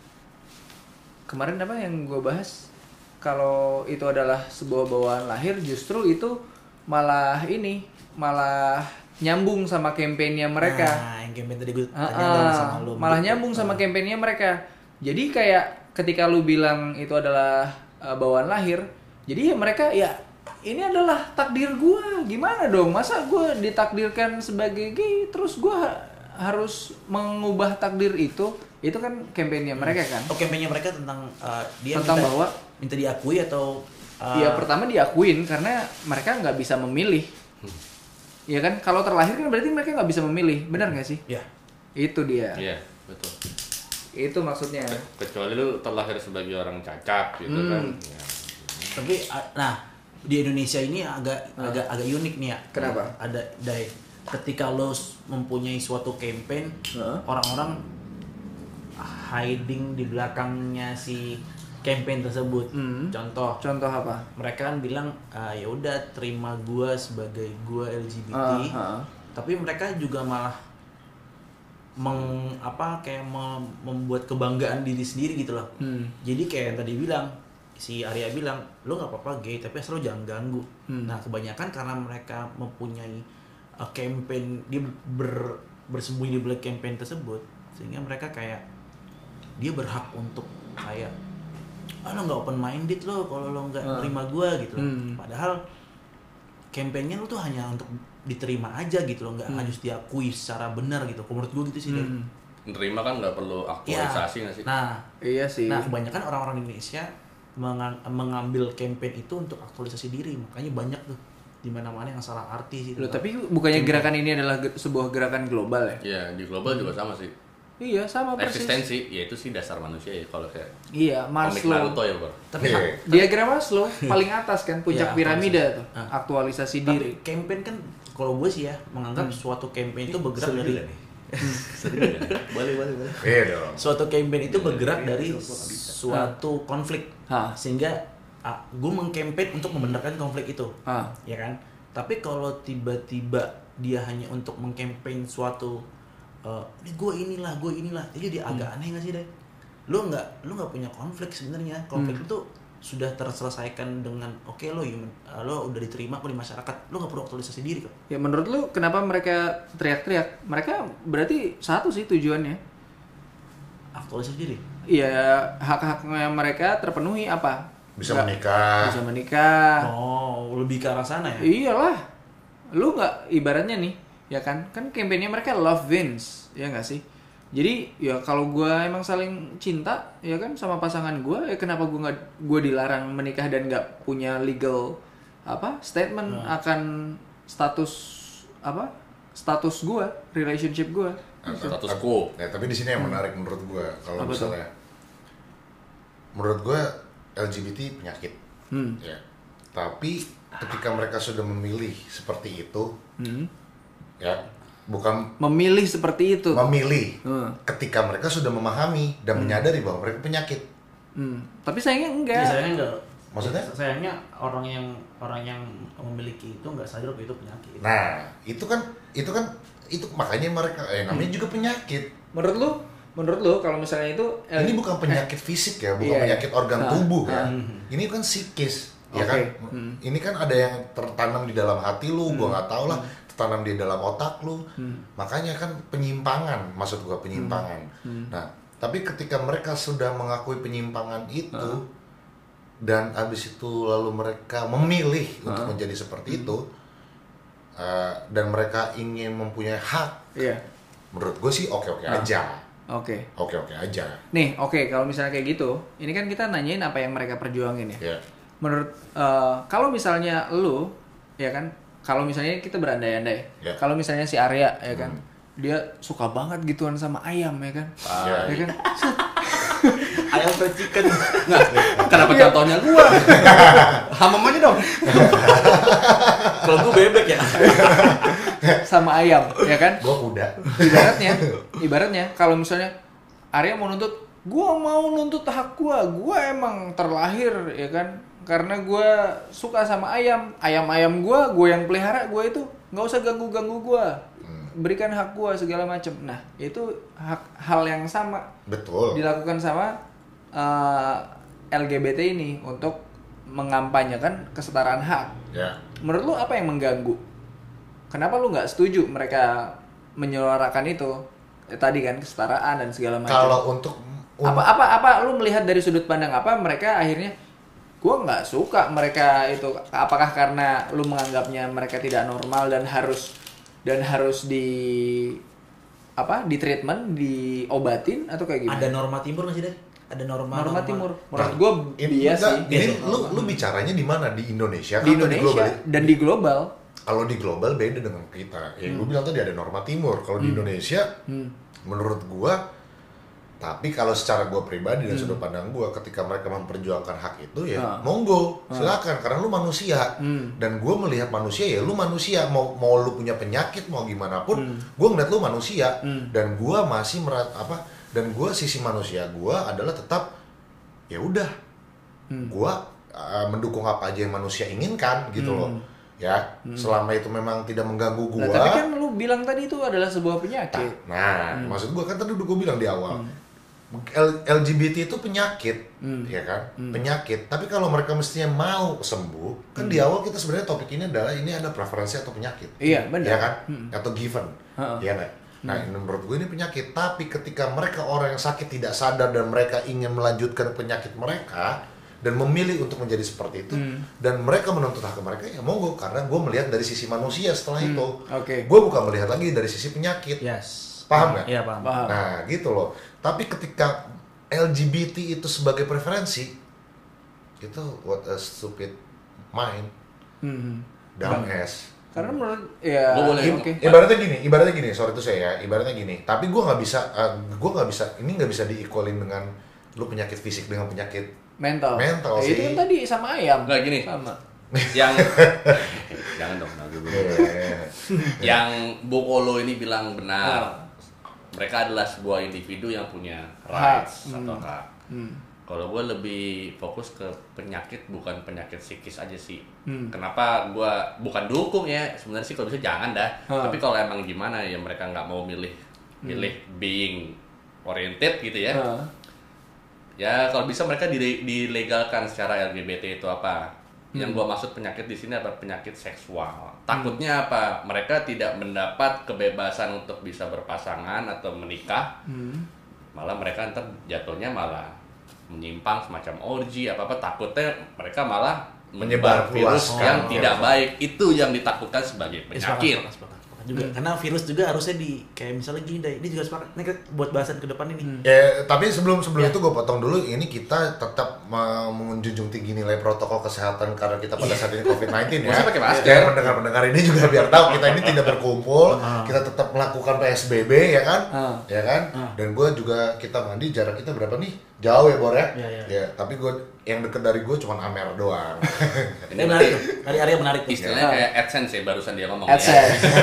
kemarin apa yang gue bahas? Kalau itu adalah sebuah bawaan lahir, justru itu malah ini malah nyambung sama kampanyenya mereka. Nah, yang campaign tadi gue uh, tanya dong sama lu. Malah nyambung sama kampanyenya mereka. Jadi kayak ketika lu bilang itu adalah uh, bawaan lahir, jadi ya mereka ya ini adalah takdir gua. Gimana dong? Masa gua ditakdirkan sebagai gay terus gua harus mengubah takdir itu? Itu kan kampanyenya mereka kan. Oh, kampanyenya mereka tentang uh, dia tentang minta, bahwa minta diakui atau uh, ya pertama diakuin karena mereka nggak bisa memilih. Iya kan, kalau terlahir kan berarti mereka nggak bisa memilih, benar nggak sih? Iya. Itu dia. Iya, betul. Itu maksudnya. Kecuali lu terlahir sebagai orang cacat gitu Hmm. kan. Ya. Tapi nah di Indonesia ini agak Hmm. agak agak unik nih ya. Kenapa? Ada Dai. Ketika lo mempunyai suatu campaign, Hmm. orang-orang hiding di belakangnya si campaign tersebut. Hmm. Contoh, Contoh apa? mereka kan bilang ah, ya udah terima gua sebagai gua L G B T. Uh, uh. Tapi mereka juga malah meng apa kayak mem- membuat kebanggaan diri sendiri gitu loh. Hmm. Jadi kayak yang tadi bilang si Arya bilang lo nggak apa-apa gay tapi asal lo jangan ganggu. Hmm. Nah kebanyakan karena mereka mempunyai uh, campaign dia ber, bersembunyi di balik campaign tersebut sehingga mereka kayak dia berhak untuk kayak ah lo nggak open minded lo kalau lo nggak Uh. terima gua gitu loh. Hmm. Padahal campaignnya lo tuh hanya untuk diterima aja gitu loh, nggak Hmm. harus diakui secara benar gitu. Menurut gue gitu sih. Dan Hmm. Nerima kan nggak perlu aktualisasi nggak sih? Nah, Iya sih. nah kebanyakan orang-orang Indonesia menga- mengambil campaign itu untuk aktualisasi diri, makanya banyak tuh di mana-mana yang salah arti sih. Loh, tapi bukannya gerakan ini adalah ge- sebuah gerakan global ya? Iya, di global juga sama sih. Iya, sama persis. Eksistensi, ya itu sih dasar manusia ya kalau kayak Iya, komik Maslow. Naruto ya, Bro. tapi Iya. Diagram Maslow paling atas kan, puncak Iya, piramida aktualisasi. tuh. Ah. Aktualisasi tapi diri. campaign kan kalau gue sih ya menganggap Hmm. suatu campaign itu bergerak dari boleh, boleh, boleh. Iya dong. suatu campaign itu bergerak dari suatu konflik Hah. sehingga ah, gue mengcampaign untuk membenarkan konflik itu. Ah. Ya kan? Tapi kalau tiba-tiba dia hanya untuk mengkampanye suatu uh, ini gue inilah, gue inilah, itu jadi agak Hmm. aneh nggak sih, Dai? Lu nggak, lu nggak punya konflik sebenarnya. Konflik Hmm. itu sudah terselesaikan dengan oke okay, lo human, uh, lo udah diterima kok di masyarakat, lo nggak perlu aktualisasi diri kok. Ya menurut lu kenapa mereka teriak-teriak? Mereka berarti satu sih tujuannya. Aktualisasi diri. Iya, hak-haknya mereka terpenuhi apa? Bisa Nggak- menikah. Bisa menikah. Oh, lebih ke arah sana ya? Iyalah. Lu nggak ibaratnya nih, ya kan? Kan kampanyenya mereka love wins, ya nggak sih? Jadi ya kalau gue emang saling cinta, ya kan sama pasangan gue, ya kenapa gue nggak gue dilarang menikah dan nggak punya legal apa statement Nah. akan status apa status gue, relationship gue? Nah, Status tapi- quo. Nah, tapi di sini yang menarik menurut gua kalau Apa tuh? misalnya menurut gua L G B T penyakit. Hmm. Ya. Tapi ketika mereka sudah memilih seperti itu, Hmm. ya, bukan Memilih seperti itu. memilih. Hmm. Ketika mereka sudah memahami dan menyadari bahwa mereka penyakit. Hmm. Tapi sayangnya enggak. Ya, sayangnya enggak. Maksudnya? Sayangnya orang yang orang yang memiliki itu nggak sadar bahwa itu penyakit. Nah, itu kan itu kan itu makanya mereka eh namanya juga penyakit. Menurut lu, menurut lu kalau misalnya itu Ini bukan penyakit fisik ya, bukan Iya, iya. penyakit organ Ah, tubuh ya. ah. Ini kan psikis, ya Oke. kan? Hmm. Ini kan ada yang tertanam di dalam hati lu, gua nggak tahu lah, tertanam di dalam otak lu. Hmm. Makanya kan penyimpangan, maksud gua penyimpangan. Hmm. Nah, tapi ketika mereka sudah mengakui penyimpangan itu Ah. dan habis itu lalu mereka memilih untuk Ah. menjadi seperti Hmm. itu uh, dan mereka ingin mempunyai hak, Iya. menurut gue sih oke-oke Ah. aja. Oke. Oke-oke aja. Nih, oke kalau misalnya kayak gitu, ini kan kita nanyain apa yang mereka perjuangin ya. Ya. Menurut eh, kalau misalnya lu, ya kan, kalau misalnya kita berandai-andai, Ya. kalau misalnya si Arya, ya kan, Hmm. dia suka banget gituan sama ayam, ya kan, Ya. ya kan. Ayam fried chicken. Nah, kenapa contohnya gua? Hamam aja dong. Kalau gue bebek ya. Sama ayam, ya kan. Gue kuda. Ibaratnya, ibaratnya kalau misalnya Arya mau nuntut, gua mau nuntut hak gua, gua emang terlahir, ya kan, karena gua suka sama ayam, ayam-ayam gua, gua yang pelihara, gua itu nggak usah ganggu-ganggu gua, berikan hak gua segala macem. Nah, itu hak hal yang sama Betul. dilakukan sama uh, L G B T ini untuk mengampanyekan kesetaraan hak. Ya. Menurut lu apa yang mengganggu? Kenapa lu nggak setuju mereka menyuarakan itu? Eh, tadi kan kesetaraan dan segala macam. Kalau untuk apa apa apa lu melihat dari sudut pandang apa mereka akhirnya gua nggak suka mereka itu, apakah karena lu menganggapnya mereka tidak normal dan harus dan harus di apa di treatment, diobatin atau kayak gimana? Ada norma timur nggak sih, Dek? Ada norma norma, norma timur. Menurut nah, gue ini biasa sih. Ini lu lu bicaranya di mana? Di Indonesia di kan? Indonesia Di dan di global. Kalau di global beda dengan kita. Ya hmm. gue bilang tadi ada norma timur. Kalau hmm. di Indonesia hmm. menurut gua, tapi kalau secara gua pribadi dan hmm. sudut pandang gua, ketika mereka memperjuangkan hak itu ya nah. monggo, silakan, karena lu manusia. Hmm. Dan gua melihat manusia ya lu manusia, mau mau lu punya penyakit mau gimana pun, hmm. gua ngeliat lu manusia. Hmm. Dan gua masih merat apa? Dan gue sisi manusia gue adalah tetap ya udah hmm. gue uh, mendukung apa aja yang manusia inginkan gitu hmm. loh ya hmm. selama itu memang tidak mengganggu gue. Nah, tapi kan lu bilang tadi itu adalah sebuah penyakit. Nah, hmm. maksud gue kan tadi udah gue bilang di awal hmm. L G B T itu penyakit hmm. ya kan hmm. penyakit. Tapi kalau mereka mestinya mau sembuh kan hmm. di awal kita sebenarnya topik ini adalah ini ada preferensi atau penyakit. Iya benar. Ya kan hmm. atau given uh-uh. ya kan. Nah, hmm. menurut gue ini penyakit. Tapi ketika mereka orang yang sakit tidak sadar dan mereka ingin melanjutkan penyakit mereka dan memilih untuk menjadi seperti itu hmm. dan mereka menuntut hak mereka, ya monggo, karena gue melihat dari sisi manusia setelah hmm. itu. Okay. Gue bukan melihat lagi dari sisi penyakit. Yes. Paham nggak? Iya paham. Paham. Nah, gitu loh. Tapi ketika L G B T itu sebagai preferensi, itu what a stupid mind. Hmm. Dumb ass. Karena menurut ya boleh, okay. ibaratnya gini, ibaratnya gini, sorry itu saya ya, ibaratnya gini. Tapi gue nggak bisa, uh, gue nggak bisa, ini nggak bisa diikolin dengan lu penyakit fisik dengan penyakit mental. Mental ya, sih. Itu kan tadi sama ayam. Nggak gini. Sama. Yang jangan dong, nah, gue yang Bokolo ini bilang benar. Oh. Mereka adalah sebuah individu yang punya rights ha. atau hak. Hmm. Kalau gue lebih fokus ke penyakit, bukan penyakit psikis aja sih. Hmm. Kenapa gue bukan dukung ya, sebenarnya sih kalau bisa jangan dah. Hmm. Tapi kalau emang gimana ya mereka nggak mau milih, milih hmm. being oriented gitu ya. Hmm. Ya kalau bisa mereka dilegalkan secara L G B T itu apa. Hmm. Yang gue maksud penyakit di sini adalah penyakit seksual. Takutnya hmm. apa? Mereka tidak mendapat kebebasan untuk bisa berpasangan atau menikah. Hmm. Malah mereka ntar jatuhnya malah menyimpang semacam orgi apa-apa, takutnya mereka malah menyebar virus oh, yang oh, tidak oh. baik. Itu yang ditakutkan sebagai penyakit. Ya, sepakat, sepakat, sepakat juga. Hmm. Karena virus juga harusnya di kayak misalnya gini deh. Ini juga sepakat. Ini buat bahasan ke depan ini. Hmm. Ya, tapi sebelum sebelum ya. itu gue potong dulu. Ini kita tetap menjunjung tinggi nilai protokol kesehatan karena kita pada saat ini covid sembilan belas ya. Masih pakai masker. Ya, pendengar-pendengar ini juga biar tahu kita ini tidak berkumpul. Uh. Kita tetap melakukan P S B B ya kan? Uh. Ya kan? Uh. Dan gue juga kita mandi jarak kita berapa nih? Jauh ya Bor ya? Ya, ya. Ya, tapi gue yang deket dari gue cuma Amer doang. Ini menarik tuh. Tadi Arya menarik tuh. Istilahnya kayak AdSense ya, barusan dia ngomong. AdSense. Ya.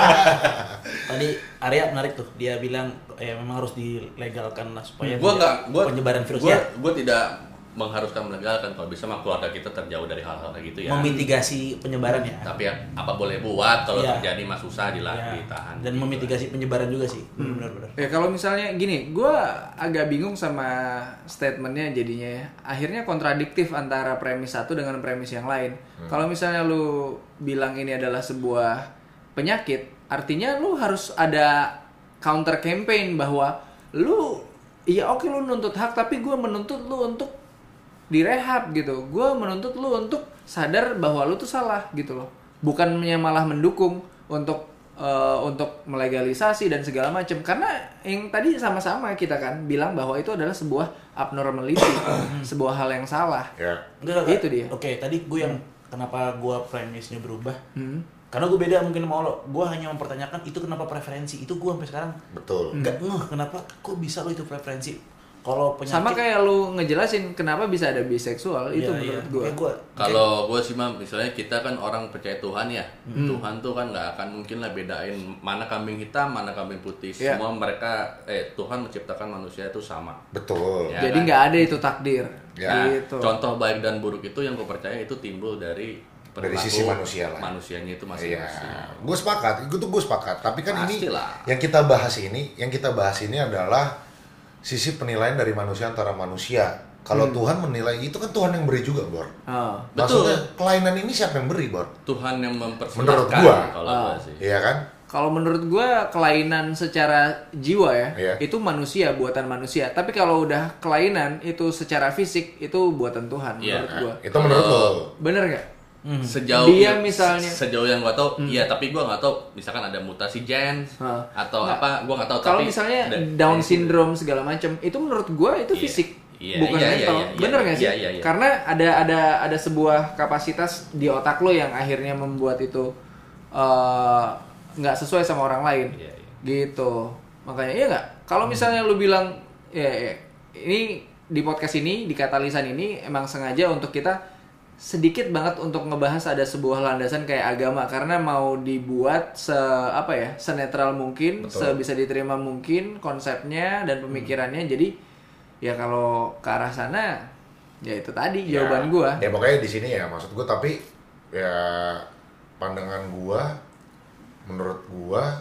Tadi Arya menarik tuh. Dia bilang ya memang harus dilegalkan lah supaya gua enggak, gua, penyebaran virus gua, ya. Gue tidak mengharuskan melegalkan, kalau bisa mah keluarga kita terjauh dari hal-hal kayak gitu ya. Memitigasi penyebaran ya. Tapi ya, apa boleh buat kalau ya. terjadi mah susah dilah, ya. ditahan. Dan gitu. Memitigasi penyebaran juga sih. Hmm. Benar-benar. Ya kalau misalnya gini, gue agak bingung sama statementnya jadinya ya. Akhirnya kontradiktif antara premis satu dengan premis yang lain. Hmm. Kalau misalnya lu bilang ini adalah sebuah penyakit, artinya lu harus ada counter campaign bahwa lu, iya oke lu nuntut hak, tapi gue menuntut lu untuk direhab gitu. Gue menuntut lu untuk sadar bahwa lu tuh salah gitu loh. Bukannya malah mendukung untuk uh, untuk melegalisasi dan segala macam. Karena yang tadi sama-sama kita kan bilang bahwa itu adalah sebuah abnormality, sebuah hal yang salah. Ya. Enggak, enggak. Itu dia. Oke, tadi gue yang hmm. kenapa gue premisnya berubah? Hmm. Karena gue beda mungkin sama lo. Gue hanya mempertanyakan itu kenapa preferensi. Itu gue sampai sekarang betul. Enggak ngeh kenapa kok bisa lo itu preferensi. Kalau penyakit sama kayak lu ngejelasin kenapa bisa ada biseksual itu ya, menurut gue. Ya, kalau gue sih mah misalnya kita kan orang percaya Tuhan ya, hmm. Tuhan tuh kan nggak akan mungkin lah bedain mana kambing hitam mana kambing putih. Ya. Semua mereka eh Tuhan menciptakan manusia itu sama. Betul. Ya, jadi nggak kan? ada itu takdir. Ya. Nah, gitu. Contoh baik dan buruk itu yang gue percaya itu timbul dari dari sisi manusia lah. Manusianya itu masing-masing. Ya. Gue sepakat, itu gue sepakat. Tapi kan Pastilah. ini yang kita bahas ini, yang kita bahas ini adalah sisi penilaian dari manusia antara manusia Kalau hmm. Tuhan menilai itu kan Tuhan yang beri juga, Bor. Oh. Maksudnya kelainan ini siapa yang beri, Bor? Tuhan yang mempersilahkan. Menurut gua. Kalau oh. gua sih. Iya kan? Kalau menurut gue kelainan secara jiwa ya, yeah. itu manusia, buatan manusia. Tapi kalau udah kelainan itu secara fisik itu buatan Tuhan yeah. menurut gue. Nah, itu menurut lo? Bener nggak? Hmm. Sejauh dia yang, misalnya sejauh yang gue tau, hmm. iya tapi gue nggak tau. Misalkan ada mutasi gen huh. atau nah, apa, gue nggak tau. Kalau misalnya dan, Down syndrome segala macam, itu menurut gue itu yeah. fisik. Yeah, yeah, bukan yeah, mental, yeah, yeah, bener nggak yeah, sih? yeah, yeah, yeah. Karena ada ada ada sebuah kapasitas di otak lo yang akhirnya membuat itu uh, nggak sesuai sama orang lain, yeah, yeah. gitu. Makanya iya nggak. Kalau misalnya lu bilang ya, ya ini di podcast ini, di Katalisan ini emang sengaja untuk kita sedikit banget untuk ngebahas ada sebuah landasan kayak agama karena mau dibuat se apa ya senetral mungkin, Betul. sebisa diterima mungkin konsepnya dan pemikirannya. Hmm. Jadi ya kalau ke arah sana ya itu tadi ya, jawaban gua. Ya pokoknya di sini ya maksud gua, tapi ya pandangan gua menurut gua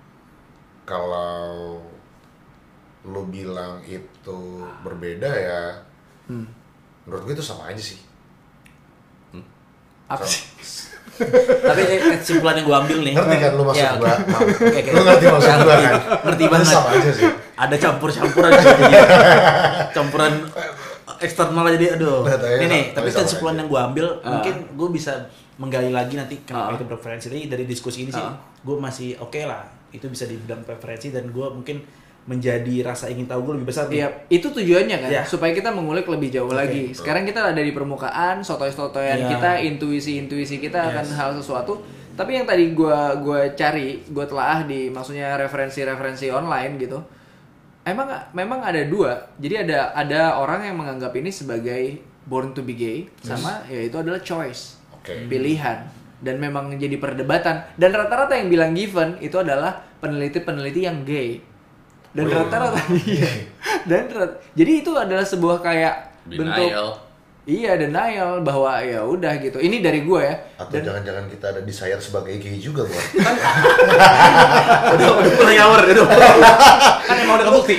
kalau lu bilang itu berbeda ya hmm. menurut gua itu sama aja sih. Hmm? Apa sih? Tapi eh, kesimpulan yang gua ambil nih. Ngerti kan lu maksud ya, gua? Okay, okay. Lu ngerti maksud gua kan? Ngerti banget. Sama aja sih. Ada campur-campuran jadinya. Campuran eksternal jadi aduh. Ini nih, tapi kesimpulan yang gua ambil uh. mungkin gua bisa menggali lagi nanti kenapa uh. itu preferensi. Jadi dari diskusi ini uh. sih gua masih oke okay lah. Itu bisa dibilang preferensi dan gua mungkin menjadi rasa ingin tahu gue lebih besar. Iya, itu tujuannya kan, ya. Supaya kita mengulik lebih jauh okay, lagi. Betul. Sekarang kita ada di permukaan, sotoy-sotoyan ya. Kita, intuisi-intuisi kita yes. akan hal sesuatu. Tapi yang tadi gue gue cari, gue telaah di maksudnya referensi-referensi online gitu. Emang memang ada dua. Jadi ada ada orang yang menganggap ini sebagai born to be gay yes. sama yaitu adalah choice, okay. pilihan. Dan memang jadi perdebatan. Dan rata-rata yang bilang given itu adalah peneliti-peneliti yang gay. Dan oh, rata-rata iya. Dan rat- jadi itu adalah sebuah kayak denial. Bentuk iya denial bahwa ya udah gitu. Ini dari gue ya. Atau dan, jangan-jangan kita ada desire sebagai gay juga, Bro. udah udah mulai ngawur gitu. Kan emang udah kebukti.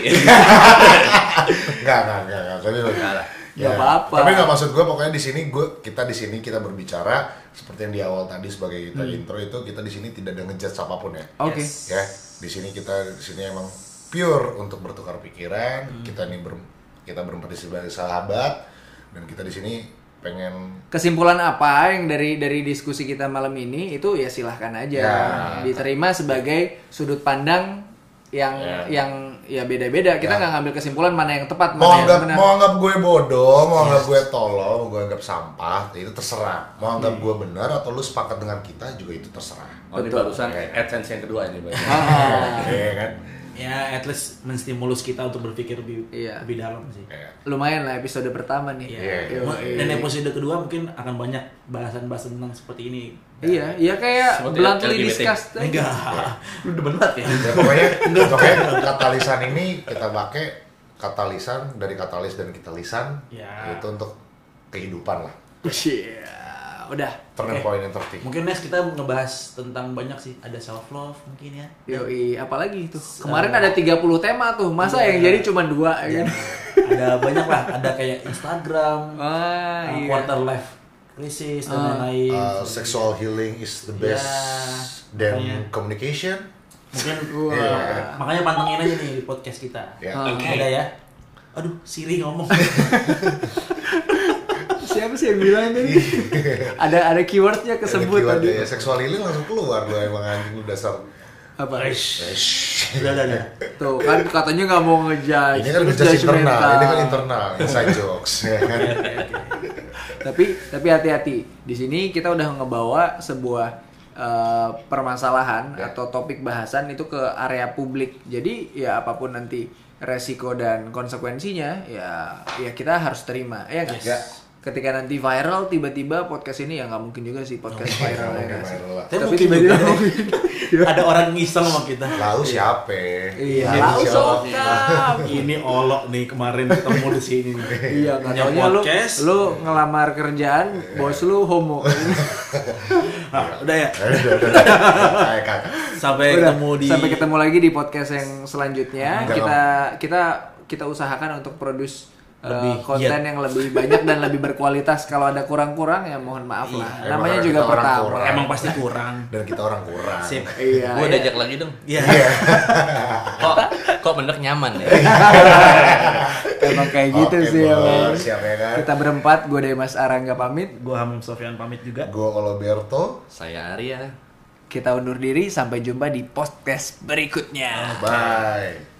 Enggak, enggak, enggak, enggak. Tapi enggak. Ya, apa-apa. Tapi nggak maksud gue pokoknya di sini gue kita di sini kita berbicara seperti yang di awal tadi sebagai kita hmm. intro itu kita di sini tidak ada ngejudge apapun ya. Oke. Okay. Ya di sini kita di sini emang pure untuk bertukar pikiran. Hmm. Kita nih ber, kita berempat sebagai sahabat dan kita di sini pengen kesimpulan apa yang dari dari diskusi kita malam ini itu ya silahkan aja ya, diterima sebagai sudut pandang yang ya. yang ya beda-beda. Kita nggak ya. ngambil kesimpulan mana yang tepat, mau mana anggap, yang benar. Mau anggap gue bodoh, mau yes. anggap gue tolol, mau gue anggap sampah, itu terserah. Mau anggap hmm. gue benar atau lu sepakat dengan kita juga itu terserah. Oh, ini barusan AdSense yang kedua ini, Bang. Iya kan? Ya, at least menstimulus kita untuk berpikir lebih iya. lebih dalam sih. Iya. Lumayan lah episode pertama nih. Iya. Iya. Dan episode kedua mungkin akan banyak bahasan-bahasan tentang seperti ini. Iya, iya kayak bluntly discuss. Enggak. Lu demen banget ya. Ya pokoknya, pokoknya katalisan ini kita pakai katalisan dari katalis dan kita lisan. Ya. Itu untuk kehidupan lah. Iya. Udah. Turning okay. point yang terpenting. Mungkin next kita ngebahas tentang banyak sih. Ada self love mungkin ya. Yoi, apalagi itu. Kemarin uh, ada tiga puluh tema tuh. Masa iya. yang jadi cuma dua ya. Ada banyak lah. Ada kayak Instagram, ah, uh, iya. quarter life crisis dan uh, lain-lain. Uh, sexual healing is the best ya, than makanya. communication. Mungkin yeah. makanya pantengin aja nih di podcast kita. Yeah. Oke okay. okay. ya. Aduh, Siri ngomong. Siapa sih yang bilang tadi? ada ada keywordnya kesebut keyword tadi. Ya, seksual healing langsung keluar lu emang anjing lu dasar. Apa? Esh. Udah, udah, udah. Tuh kan katanya nggak mau ngejudge. Ini kan ngejudge internal, ini kan internal, inside jokes. Ya kan? tapi tapi hati-hati. Di sini kita udah ngebawa sebuah uh, permasalahan ya. atau topik bahasan itu ke area publik. Jadi ya apapun nanti resiko dan konsekuensinya ya ya kita harus terima. Ya nggak? Yes. Ketika nanti viral tiba-tiba podcast ini ya nggak mungkin juga sih podcast oh, viral ya kan? Tapi tiba-tiba ada orang ngiseng sama kita. Lalu siapa? Iya, lalu sokap. Ini olok nih kemarin ketemu di sini nih. Iya, katanya lu lu ngelamar kerjaan, bos lu homo. Nah, udah ya. Sampai udah, ketemu di sampai ketemu lagi di podcast yang selanjutnya. Kita kita kita usahakan untuk produce uh, konten giat. Yang lebih banyak dan lebih berkualitas. Kalau ada kurang-kurang ya mohon maaf lah. Iya, namanya juga pertama. Emang pasti kurang. Dan kita orang kurang. Sip. Iya. Gue diajak lagi dong. Iya. kok kok bener nyaman ya. Emang kayak gitu okay, sih ya. Siap ya kan. Kita berempat, gue Demas Arangga pamit. Gue Hamim Sofyan pamit juga. Gue Oloberto. Saya Arya. Kita undur diri, sampai jumpa di podcast berikutnya. Bye.